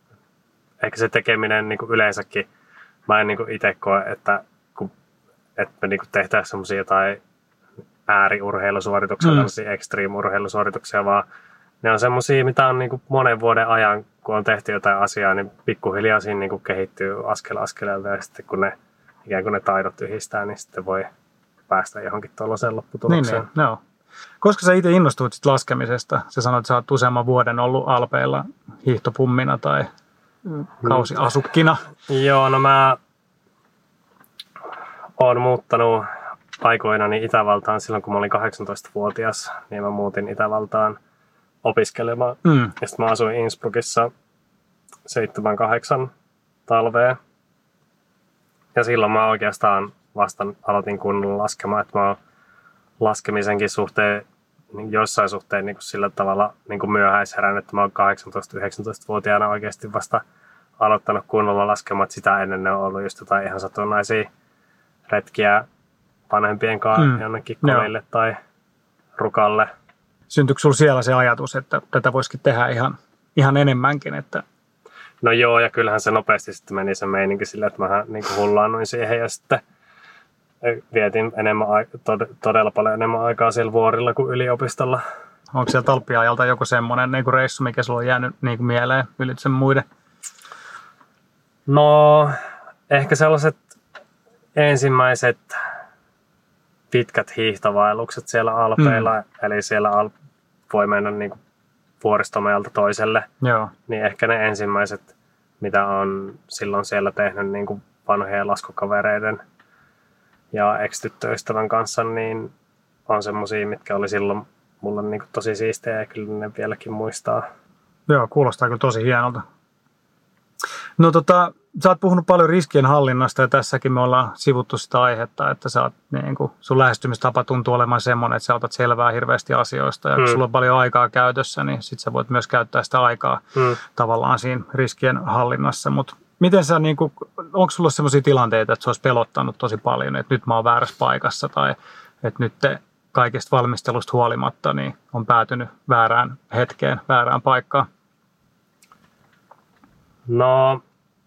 ehkä se tekeminen niin kuin yleensäkin, mä en niin kuin itse koe, että, kun, että me niin kuin tehtäisiin semmoisia jotain ääriurheilusuorituksia, mm. tällaisia extreme-urheilusuorituksia, vaan ne on semmoisia, mitä on niin kuin monen vuoden ajan, kun on tehty jotain asiaa, niin pikkuhiljaa siinä niin kuin kehittyy askel askeleelta, ja sitten kun ne ikään kuin ne taidot yhdistää, niin sitten voi päästä johonkin tuollaiseen lopputulokseen. Niin, niin, no. Koska sä itse innostuit sit laskemisesta? Sä sanoit, että sä oot useamman vuoden ollut alpeilla hiihtopummina tai kausiasukkina. Joo, no mä oon muuttanut aikoinani Itävaltaan silloin, kun mä olin kahdeksantoistavuotias, niin mä muutin Itävaltaan opiskelemaan. Mm. Ja sitten mä asuin Innsbruckissa seitsemän kahdeksan talvea. Ja silloin mä oikeastaan vasta aloitin kunnolla laskemaan, että mä oon laskemisenkin suhteen, niin joissain suhteen niin kuin sillä tavalla niin kuin myöhäisherän, että mä oon kahdeksantoista-yhdeksäntoista-vuotiaana oikeasti vasta aloittanut kunnolla laskemaan, että sitä ennen ne on ollut just jotain ihan satunnaisia retkiä vanhempien kanssa mm. jonnekin koneille tai rukalle. Syntyykö sulla siellä se ajatus, että tätä voisikin tehdä ihan, ihan enemmänkin, että no joo, ja kyllähän se nopeasti sitten meni se meininki sillä, että mä niin hullaannuin siihen ja sitten vietin enemmän, todella paljon enemmän aikaa siellä vuorilla kuin yliopistolla. Onko siellä talppiajalta joku semmoinen niin reissu, mikä sulla on jäänyt niin mieleen ylitse muiden? No, ehkä sellaiset ensimmäiset pitkät hiihtovaellukset siellä alpeilla, mm. eli siellä al- voi mennä niin kuin vuoristomajalta toiselle, joo. Niin ehkä ne ensimmäiset, mitä on silloin siellä tehnyt niin kuin vanhojen laskukavereiden ja ex-tyttöystävän kanssa, niin on semmosia, mitkä oli silloin mulle niin kuin tosi siistejä ja kyllä ne vieläkin muistaa. Joo, kuulostaa kyllä tosi hienolta. No tota, sä oot puhunut paljon riskien hallinnasta ja tässäkin me ollaan sivuttu sitä aihetta, että sä oot, niin kuin, sun lähestymistapa tuntuu olemaan semmoinen, että sä otat selvää hirveästi asioista ja kun mm. sulla on paljon aikaa käytössä, niin sit sä voit myös käyttää sitä aikaa mm. tavallaan siinä riskien hallinnassa, mutta Miten sä, niin kuin, onko sulla sellaisia tilanteita, että se olisi pelottanut tosi paljon, että nyt mä oon väärässä paikassa tai että nyt te kaikesta valmistelusta huolimatta niin on päätynyt väärään hetkeen, väärään paikkaan? No,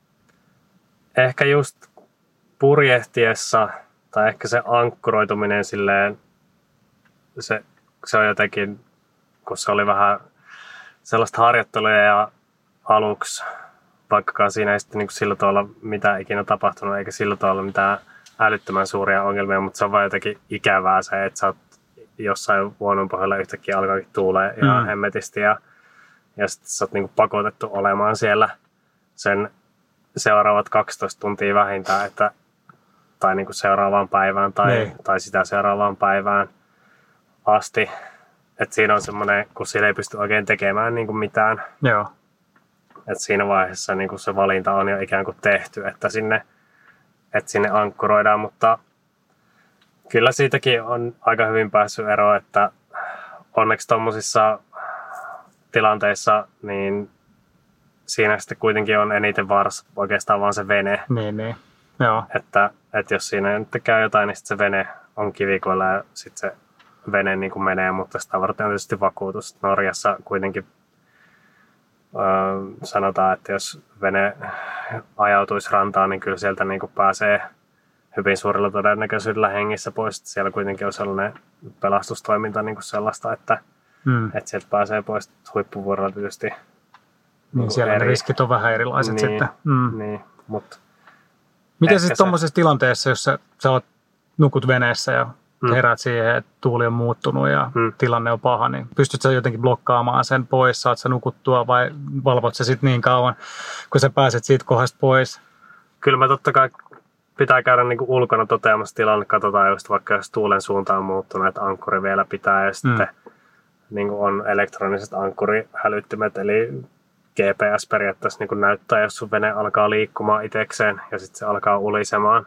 ehkä just purjehtiessa tai ehkä se ankkuroituminen silleen, se, se on jotenkin, kun se oli vähän sellaista harjoittelua ja aluksi, vaikkakaan siinä ei sitten niin kuin sillä tavalla mitään ikinä tapahtunut, eikä sillä tavalla mitään älyttömän suuria ongelmia, mutta se on vaan jotenkin ikävää se, että sä oot jossain vuonon pohjalla yhtäkkiä alkaakin tuulee ihan mm. hemmetisti ja, ja sitten sä oot niin kuin pakotettu olemaan siellä sen seuraavat kaksitoista tuntia vähintään, että, tai niin kuin seuraavaan päivään tai, tai sitä seuraavaan päivään asti. Että siinä on semmoinen, kun siellä ei pysty oikein tekemään niin kuin mitään. Joo. Että siinä vaiheessa niin kuin se valinta on jo ikään kuin tehty, että sinne, että sinne ankkuroidaan, mutta kyllä siitäkin on aika hyvin päässyt eroon, että onneksi tuommoisissa tilanteissa niin siinä sitten kuitenkin on eniten vaarassa oikeastaan vaan se vene. Niin, niin. Joo. Että, että jos siinä nyt käy jotain, niin sitten se vene on kivikoilla ja sitten se vene niin kuin menee, mutta sitä varten on tietysti vakuutus. Norjassa kuitenkin öö, sanotaan, että jos vene ajautuisi rantaan, niin kyllä sieltä niin kuin pääsee hyvin suurella todennäköisyydellä hengissä pois. Siellä kuitenkin on sellainen pelastustoiminta niin kuin sellaista, että, mm. että sieltä pääsee pois huippuvuorolla tietysti. Niin, siellä eri. Ne riskit on vähän erilaiset niin, sitten. Mm. Niin, mutta miten sitten tuommoisessa tilanteessa, jos sä, sä oot, nukut veneessä ja mm. heräät siihen, että tuuli on muuttunut ja mm. tilanne on paha, niin pystyt sä jotenkin blokkaamaan sen pois? Saat sä nukuttua vai valvot sä sitten niin kauan, kun sä pääset siitä kohdasta pois? Kyllä mä totta kai pitää käydä niin kuin ulkona toteamassa tilanne. Katsotaan just vaikka jos tuulen suunta on muuttunut, että ankkuri vielä pitää ja sitten mm. niin kuin on elektroniset ankkurihälyttimet, eli G P S periaatteessa niin kuin näyttää, jos sun vene alkaa liikkumaan itsekseen ja sitten se alkaa ulisemaan.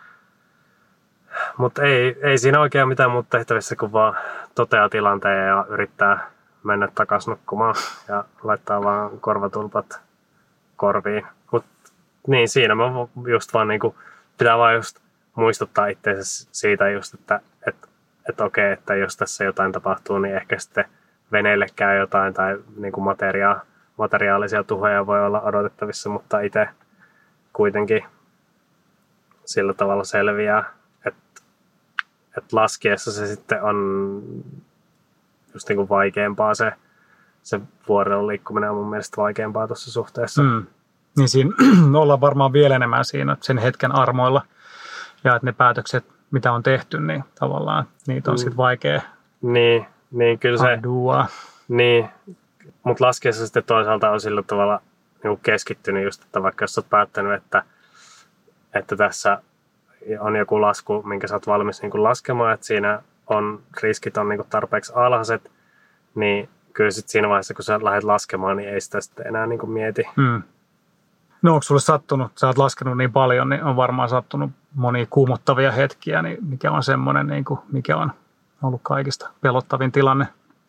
Mutta ei, ei siinä oikein mitään muuta tehtävissä, kun vaan toteaa tilanteen ja yrittää mennä takaisin nukkumaan ja laittaa vaan korvatulpat korviin. Mut niin, siinä mä just vaan niinku, pitää vaan just muistuttaa itseensä siitä just, että et, et okei, että jos tässä jotain tapahtuu, niin ehkä sitten veneelle käy jotain tai niinku materia, materiaalisia tuhoja voi olla odotettavissa, mutta itse kuitenkin sillä tavalla selviää, että et laskiessa se sitten on just niinku vaikeampaa se, se vuorella liikkuminen on mun mielestä vaikeampaa tuossa suhteessa. Mm. Niin siinä ollaan varmaan vielä enemmän siinä sen hetken armoilla ja että ne päätökset, mitä on tehty, niin tavallaan niitä on mm. sitten vaikea niin, niin, kyllä se, adua. Niin, mutta laskiessa sitten toisaalta on sillä tavalla niin keskittynyt just, että vaikka jos olet päättänyt, että, että tässä on joku lasku, minkä sä oot valmis niin laskemaan, että siinä on, riskit on niin tarpeeksi alhaiset, niin kyllä sitten siinä vaiheessa, kun sä lähdet laskemaan, niin ei sitä sitten enää niin mieti. Hmm. No onko sulle sattunut, sä oot laskenut niin paljon, niin on varmaan sattunut monia kuumottavia hetkiä, niin mikä on semmoinen, niin kuin, mikä on ollut kaikista pelottavin tilanne?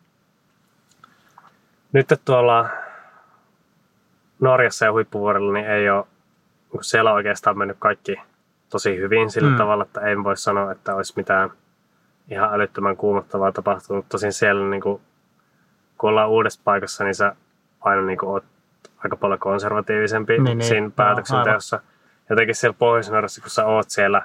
Nyt tuolla Norjassa ja huippuvuorella niin ei ole, siellä on oikeastaan mennyt kaikki tosi hyvin sillä mm. tavalla, että ei voi sanoa, että olisi mitään ihan älyttömän kuumottavaa tapahtunut. Tosin siellä, niin kuin, kun ollaan uudessa paikassa, niin sä aina niin kuin, oot aika paljon konservatiivisempi niin, siinä niin, päätöksenteossa. No, jotenkin siellä Pohjois-Norjassa, kun sä oot siellä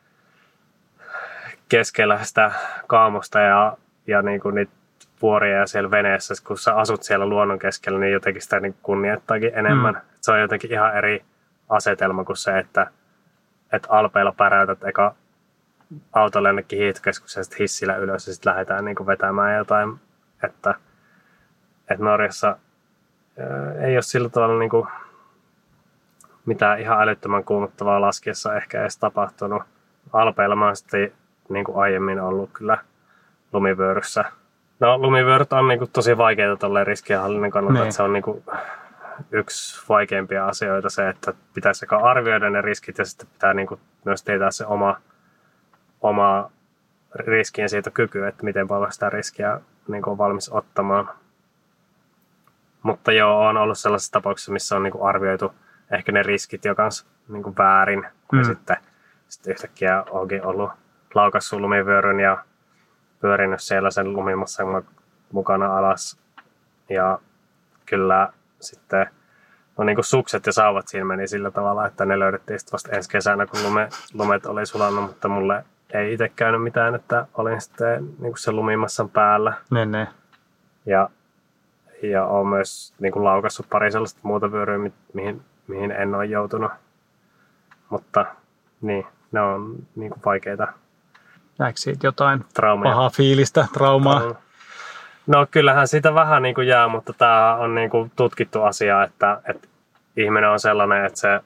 keskellä sitä kaamosta ja, ja niin kuin niitä vuoria ja siellä veneessä, kun sä asut siellä luonnon keskellä, niin jotenkin sitä niin kunnioittaakin enemmän. Mm. Se on jotenkin ihan eri asetelma kuin se, että, että Alpeilla päräytät eka autolle jonnekin hiihtokeskukseen ja sitten hissillä ylös ja sitten lähdetään niin kuin vetämään jotain. Että, että Norjassa ää, ei ole sillä tavalla niin kuin mitään ihan älyttömän kuumottavaa laskiessa ehkä edes tapahtunut. Alpeilla mä oon sitten niin kuin aiemmin ollut kyllä lumivyöryssä. No lumivyöryt on niin kuin tosi vaikeita tolleen riskienhallinnan kannalta, että se on niin kuin yksi vaikeimpia asioita se, että pitää sekä arvioida ne riskit ja sitten pitää niin kuin myös tietää se oma, oma riskien siitä kyky, että miten paljon sitä riskiä niin kuin on valmis ottamaan. Mutta joo, on ollut sellaisissa tapauksissa, missä on niin kuin arvioitu ehkä ne riskit jo kans niin kuin väärin. Mm. Ja sitten, sitten yhtäkkiä onkin ollut laukassut lumivyöryn ja pyörinyt siellä sen lumimassa mukana alas. Ja kyllä sitten no niin kuin sukset ja sauvat siinä meni sillä tavalla, että ne löydettiin sitten vasta ensi kesänä, kun lume, lumet oli sulannut, mutta mulle ei itse käynyt mitään, että olin sitten niin kuin sen lumimassan päällä. Ne, ne. Ja, ja olen myös niin kuin laukassut pari sellaista muuta vyöryä, mihin, mihin en ole joutunut. Mutta niin, ne on niin kuin vaikeita. Jäikö siitä jotain traumaa? Pahaa fiilistä, traumaa? No kyllähän siitä vähän niin kuin jää, mutta tämä on niin kuin tutkittu asia, että, että ihminen on sellainen, että se,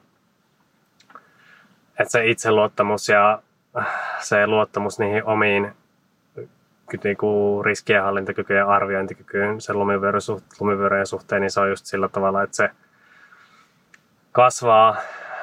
että se itseluottamus ja se luottamus niihin omiin niin kuin riskienhallintakykyyn ja arviointikykyyn sen lumivyöryjen suhteen, niin se on just sillä tavalla, että se kasvaa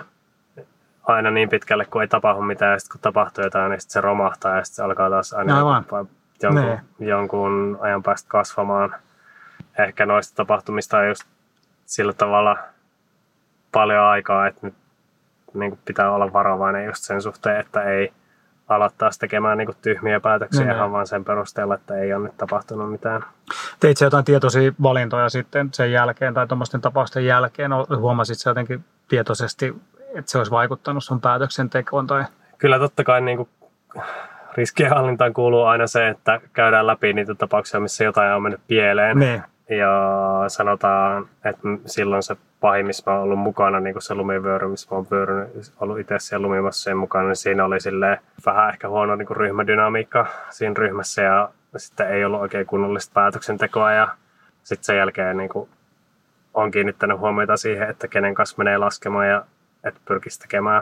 aina niin pitkälle, kun ei tapahdu mitään, ja sitten kun tapahtuu jotain, niin sitten se romahtaa, ja sitten se alkaa taas aina jonkun, jonkun ajan päästä kasvamaan. Ehkä noista tapahtumista on just sillä tavalla paljon aikaa, että nyt niin kuin pitää olla varovainen just sen suhteen, että ei ala taas tekemään niin kuin tyhmiä päätöksiä no, ihan vaan sen perusteella, että ei ole nyt tapahtunut mitään. Teit sä jotain tietoisia valintoja sitten sen jälkeen tai tuommoisten tapausten jälkeen? Huomasit sä jotenkin tietoisesti, että se olisi vaikuttanut sun päätöksentekoon? Tai? Kyllä totta kai niin kuin riskienhallintaan kuuluu aina se, että käydään läpi niitä tapauksia, missä jotain on mennyt pieleen. Ne. Ja sanotaan, että silloin se pahin, missä mä oon ollut mukana, niin kuin se lumivyöry, missä mä oon pyörinyt, ollut itse siellä lumimassojen mukana, niin siinä oli silleen vähän ehkä huono niin kuin ryhmädynamiikka siinä ryhmässä ja sitten ei ollut oikein kunnollista päätöksentekoa ja sitten sen jälkeen niin kuin on kiinnittänyt huomiota siihen, että kenen kanssa menee laskemaan ja että pyrkisi tekemään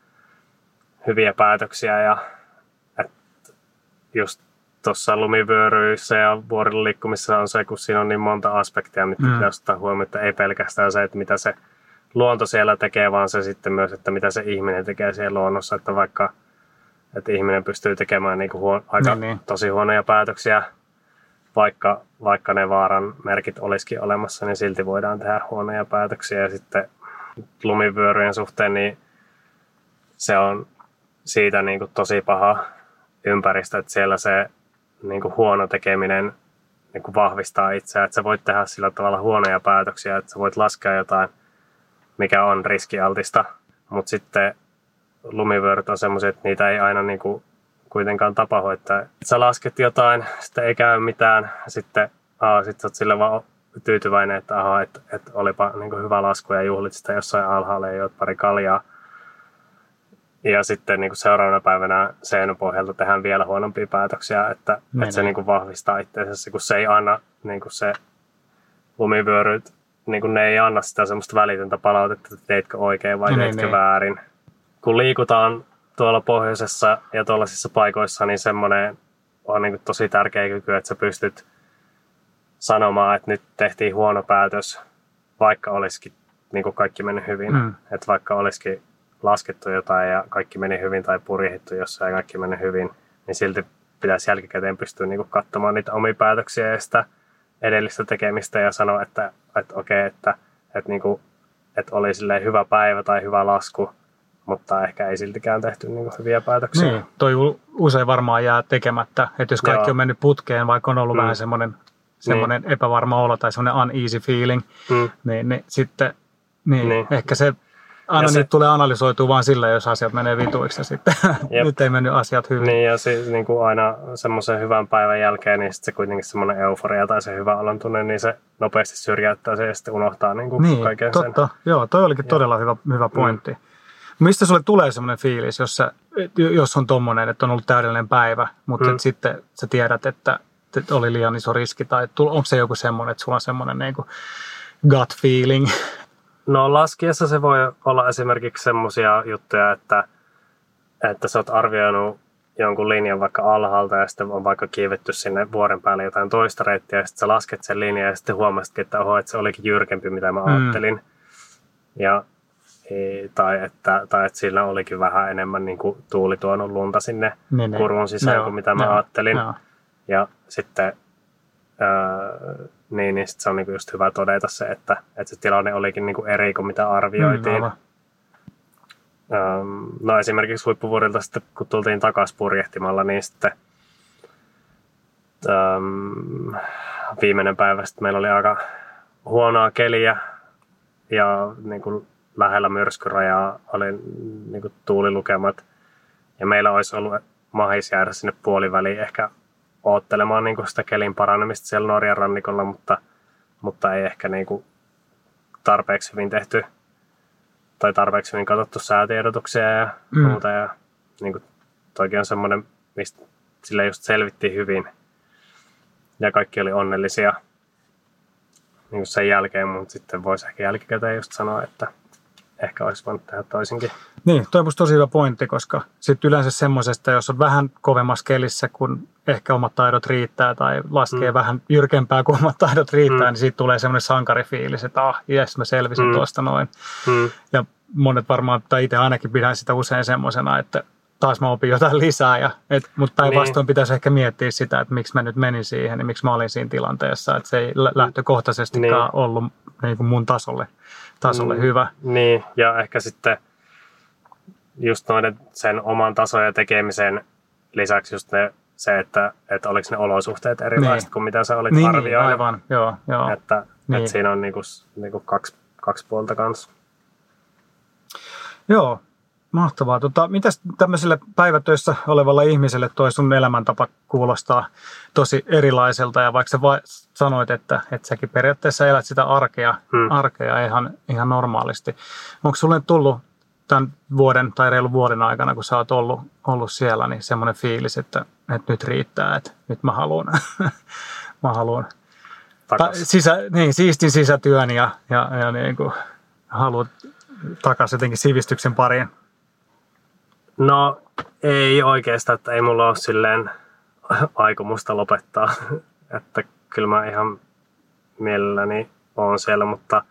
hyviä päätöksiä ja että just tuossa lumivyöryissä ja vuorilla liikkumisessa on se, kun siinä on niin monta aspektia, mitä mm. pitää ottaa huomioon, että ei pelkästään se, että mitä se luonto siellä tekee, vaan se sitten myös, että mitä se ihminen tekee siellä luonnossa, että vaikka että ihminen pystyy tekemään niin kuin huon, aika niin, niin. tosi huonoja päätöksiä, vaikka, vaikka ne vaaran merkit olisikin olemassa, niin silti voidaan tehdä huonoja päätöksiä ja sitten lumivyöryjen suhteen, niin se on siitä niin kuin tosi paha ympäristö, että siellä se niin kuin huono tekeminen niin kuin vahvistaa itseään, että sä voit tehdä sillä tavalla huonoja päätöksiä, että sä voit laskea jotain, mikä on riskialtista, mutta sitten lumivyöryt on semmoisia, että niitä ei aina niin kuin kuitenkaan tapahdu, että sä lasket jotain, sitten ei käy mitään, sitten aa, sit sä oot sille vaan tyytyväinen, että aha, että, että olipa niin kuin hyvä lasku ja juhlit sitä jossain alhaalla ja joot pari kaljaa. Ja sitten niin kuin seuraavana päivänä sen pohjalta tehdään vielä huonompia päätöksiä, että, että se niin kuin vahvistaa itseänsä, kun se ei anna niin kuin se lumivyöryt, niin kuin ne ei anna sitä semmoista välitöntä palautetta, että teitkö oikein vai teitkö väärin. Kun liikutaan tuolla pohjoisessa ja tuollaisissa paikoissa, niin semmoinen on niin kuin tosi tärkeä kyky, että sä pystyt sanomaan, että nyt tehtiin huono päätös, vaikka olisikin niin kuin kaikki mennyt hyvin. Mm. Että vaikka olisikin laskettu jotain ja kaikki meni hyvin tai purjehittu jossain ja kaikki meni hyvin, niin silti pitäisi jälkikäteen pystyä niin kuin katsomaan niitä omia päätöksiä ja sitä edellistä tekemistä ja sanoa, että, että okei, okay, että, että, niin kuin, että oli silleen hyvä päivä tai hyvä lasku, mutta ehkä ei siltikään tehty niin kuin hyviä päätöksiä. Niin, toi usein varmaan jää tekemättä, että jos kaikki Joo. on mennyt putkeen, vaikka on ollut mm. vähän semmoinen, semmoinen niin. epävarma olo tai semmoinen uneasy feeling, mm. niin, niin sitten niin, niin. ehkä se aina se, niitä tulee analysoitua vaan sillä, jos asiat menee vituiksi ja sitten nyt ei mennyt asiat hyvin. Niin ja siis niin kuin aina semmoisen hyvän päivän jälkeen, niin sitten se kuitenkin semmoinen euforia tai se hyvä olon tunne, niin se nopeasti syrjäyttää se ja sitten unohtaa niin kuin niin, kaiken totta. sen. Joo, toi olikin ja. todella hyvä, hyvä pointti. Mm. Mistä sulle tulee semmoinen fiilis, jos, sä, jos on tommoinen, että on ollut täydellinen päivä, mutta mm. sitten sä tiedät, että oli liian iso riski, tai onko se joku semmoinen, että sulla on semmoinen niin kuin gut feeling? No laskiessa se voi olla esimerkiksi semmoisia juttuja, että, että sä oot arvioinut jonkun linjan vaikka alhaalta ja sitten on vaikka kiivetty sinne vuoren päälle jotain toista reittiä ja sitten sä lasket sen linjan ja sitten huomasitkin, että oho, että se olikin jyrkempi, mitä mä ajattelin. Mm. Ja, tai, että, tai että sillä olikin vähän enemmän niin kuin tuuli tuonut lunta sinne ne, kurvun sisään ne, kuin mitä mä ne, ajattelin. Ne. Ja sitten öö, niin, niin sit se on niinku just hyvä todeta se, että, että se tilanne olikin niinku eri kuin mitä arvioitiin. Mm, öö, no esimerkiksi huippuvuorilta sitten, kun tultiin takaisin purjehtimalla, niin sitten öö, viimeinen päivä sitten meillä oli aika huonoa keliä ja niinku lähellä myrskyrajaa oli niinku tuulilukemat. Ja meillä olisi ollut mahis jäädä sinne puoliväliin ehkä oottelemaan niin kuin sitä kelin paranemista siellä Norjan rannikolla, mutta, mutta ei ehkä niin kuin tarpeeksi hyvin tehty tai tarpeeksi hyvin katsottu säätiedotuksia ja mm. muuta. Ja niin kuin toikin on semmoinen, mistä sille just selvittiin hyvin ja kaikki oli onnellisia niin kuin sen jälkeen, mutta sitten voisi ehkä jälkikäteen just sanoa, että ehkä olisi voinut tehdä toisinkin. Niin, toi on musta tosi hyvä pointti, koska sitten yleensä semmoisesta, jos on vähän kovemmassa kelissä, kun ehkä omat taidot riittää tai laskee mm. vähän jyrkempää, kun omat taidot riittää, mm. niin siitä tulee semmoinen sankarifiilis, että ah, jes, mä selvisin mm. tuosta noin. Mm. Ja monet varmaan, tai itse ainakin pidän sitä usein semmoisena, että taas mä opin jotain lisää, ja, et, mutta päinvastoin niin. Pitäisi ehkä miettiä sitä, että miksi mä nyt menin siihen, ja miksi mä olin siinä tilanteessa, että se ei lähtökohtaisestikaan niin. ollut niin kuin mun tasolle, tasolle mm. hyvä. Niin, ja ehkä sitten just noiden sen oman tason ja tekemisen lisäksi just ne, se, että, että oliko ne olosuhteet erilaiset niin. kuin mitä sä olit niin, arvioinut. Aivan, joo, joo. Että, niin. että siinä on niinku, niinku kaksi, kaksi puolta kanssa. Joo, mahtavaa. Tota, mitäs tämmöiselle päivätöissä olevalle ihmiselle toi sun elämäntapa kuulostaa tosi erilaiselta, ja vaikka sä va- sanoit, että, että säkin periaatteessa elät sitä arkea, hmm. arkea ihan, ihan normaalisti. Onko sulle tullut tämän vuoden tai reilun vuoden aikana, kun sä oot ollut, ollut siellä, niin semmoinen fiilis, että, että nyt riittää, että nyt mä haluan, mä haluan ta- sisä, niin, siistin sisätyön ja, ja, ja niin kuin haluan takaisin jotenkin sivistyksen pariin? No ei oikeastaan, että ei mulla ole silleen aikomusta lopettaa, että kyllä mä ihan mielelläni oon siellä, mutta,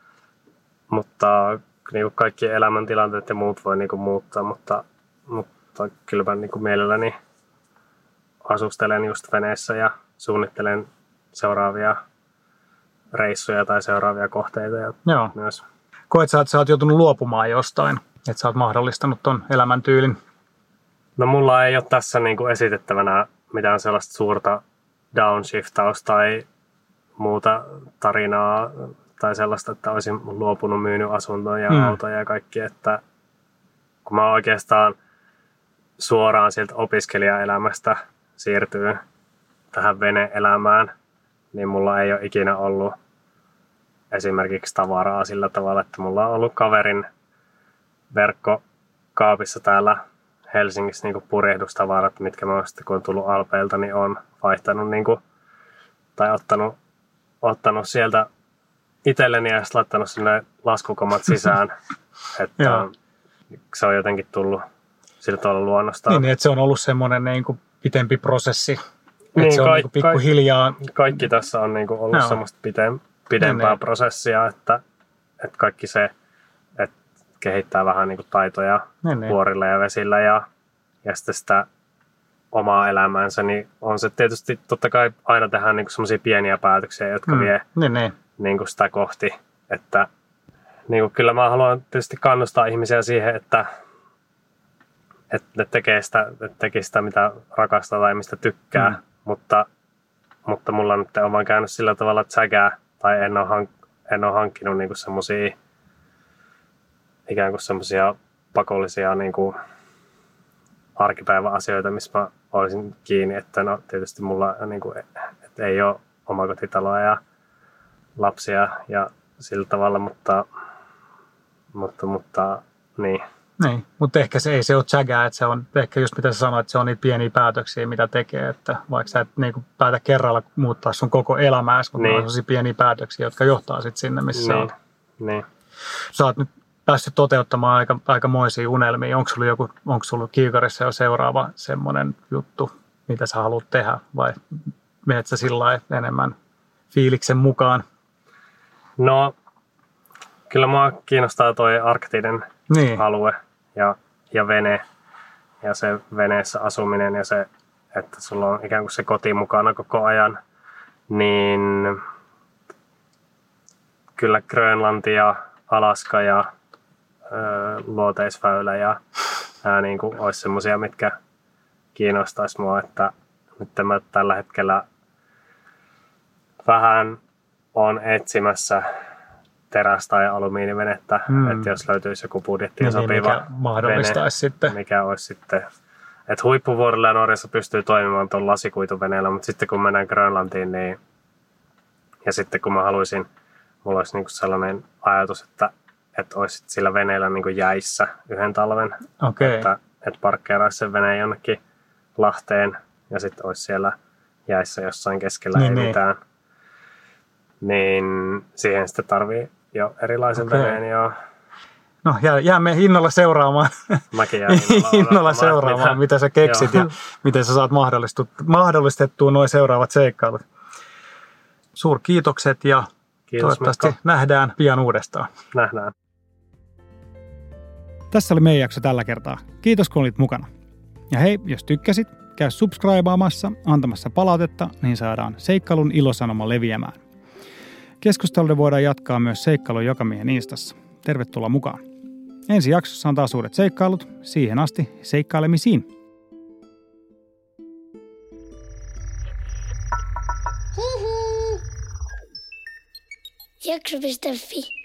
mutta niin kuin kaikki elämäntilanteet ja muut voi niin kuin muuttaa, mutta, mutta kyllä mä niin kuin mielelläni asustelen just veneessä ja suunnittelen seuraavia reissuja tai seuraavia kohteita. Ja Joo. Myös. Koet sä, että sä oot joutunut luopumaan jostain, että sä oot mahdollistanut ton elämäntyylin? No mulla ei ole tässä niin kuin esitettävänä mitään sellaista suurta downshiftausta tai muuta tarinaa tai sellaista, että olisin luopunut, myynyt asuntoa ja mm. autoja ja kaikki, että kun mä oikeastaan suoraan sieltä opiskelijaelämästä siirtyy tähän vene-elämään, niin mulla ei ole ikinä ollut esimerkiksi tavaraa sillä tavalla, että mulla on ollut kaverin verkkokaapissa täällä Helsingissä niin kuin purjehdustavarat, mitkä mä sitten kun on tullut Alpeilta, niin on vaihtanut niin kuin, tai ottanut, ottanut sieltä itselleni ja sitten laittanut sinne laskukomat sisään. Että se on jotenkin tullut sillä tavalla luonnostaan. Niin, että se on ollut semmoinen niin kuin pitempi prosessi. Niin, että se on kaik- niin kuin pikkuhiljaa. Kaikki, kaikki tässä on niin kuin ollut no. semmoista pidem- pidempää no, prosessia, että, että kaikki se, että kehittää vähän niin kuin taitoja no, vuorilla ja vesillä ja, ja sitten sitä omaa elämäänsä, niin on se tietysti totta kai aina tehdään niin kuin semmoisia pieniä päätöksiä, jotka mm. vie no, no. niin kuin sitä kohti. Että niin kuin kyllä mä haluan tietysti kannustaa ihmisiä siihen, että, että ne tekee sitä, että tekee sitä, mitä rakastaa tai mistä tykkää, mm. mutta, mutta mulla nyt on vaan käynyt sillä tavalla, että säkää tai en ole, hank- en ole hankkinut niin kuin semmoisia ikään kuin semmoisia pakollisia niin kuin arkipäiväasioita, missä mä olisin kiinni, että no tietysti mulla niin kuin, että ei ole omakotitaloa ja lapsia ja sillä tavalla, mutta, mutta, mutta niin. Niin, mutta ehkä se ei se ole tsägää, että se on ehkä just mitä sä sanoit, että se on niitä pieniä päätöksiä, mitä tekee, että vaikka sä et niin kuin päätä kerralla muuttaa sun koko elämääsi, mutta niin. on sellaisia pieniä päätöksiä, jotka johtaa sitten sinne, missä niin. sä oot. Niin. Sä oot nyt päässyt toteuttamaan aika, aikamoisia unelmia. Onko sulla joku, onko sulla kiikarissa jo seuraava semmoinen juttu, mitä sä haluat tehdä, vai menet sä sillä lailla enemmän fiiliksen mukaan? No, kyllä mua kiinnostaa toi arktinen niin. alue ja, ja vene ja se veneessä asuminen ja se, että sulla on ikään kuin se koti mukana koko ajan niin kyllä Grönlanti ja Alaska ja ö, luoteisväylä ja ää, niin kuin olisi semmoisia, mitkä kiinnostaisi mua, että nyt mä tällä hetkellä vähän on etsimässä teräs- tai alumiinivenettä, mm. että jos löytyisi joku budjettiin niin, sopiva mikä mahdollistaisi vene, sitten. Mikä olisi sitten, että huippuvuorilla ja Norjassa pystyy toimimaan tuolla lasikuituveneellä, mutta sitten kun mennään Grönlantiin, niin ja sitten kun mä haluaisin, mulla olisi niinku sellainen ajatus, että, että olisi sillä veneellä niinku jäissä yhden talven, okay. että, että parkkeeraisi sen veneen jonnekin Lahteen ja sitten olisi siellä jäissä jossain keskellä niin, ei niin. mitään. Niin siihen sitten tarvii jo erilaisen okay. veneen. Jo. No jää, jäämme innolla seuraamaan, Mäkin jään innolla, innolla seuraamaan mitä, mitä sä keksit ja miten sä saat mahdollistettua nuo seuraavat seikkailut. Suurkiitokset ja kiitos, toivottavasti Mikko. Nähdään pian uudestaan. Nähdään. Tässä oli meidän jakso tällä kertaa. Kiitos kun olit mukana. Ja hei, jos tykkäsit, käy subscribeaamassa, antamassa palautetta, niin saadaan seikkailun ilosanoma leviämään. Keskusteluja voidaan jatkaa myös Seikkailun Jokamiehen Instassa. Tervetuloa mukaan. Ensi jaksossa on taas uudet seikkailut. Siihen asti seikkailemisiin. Jakso piste fi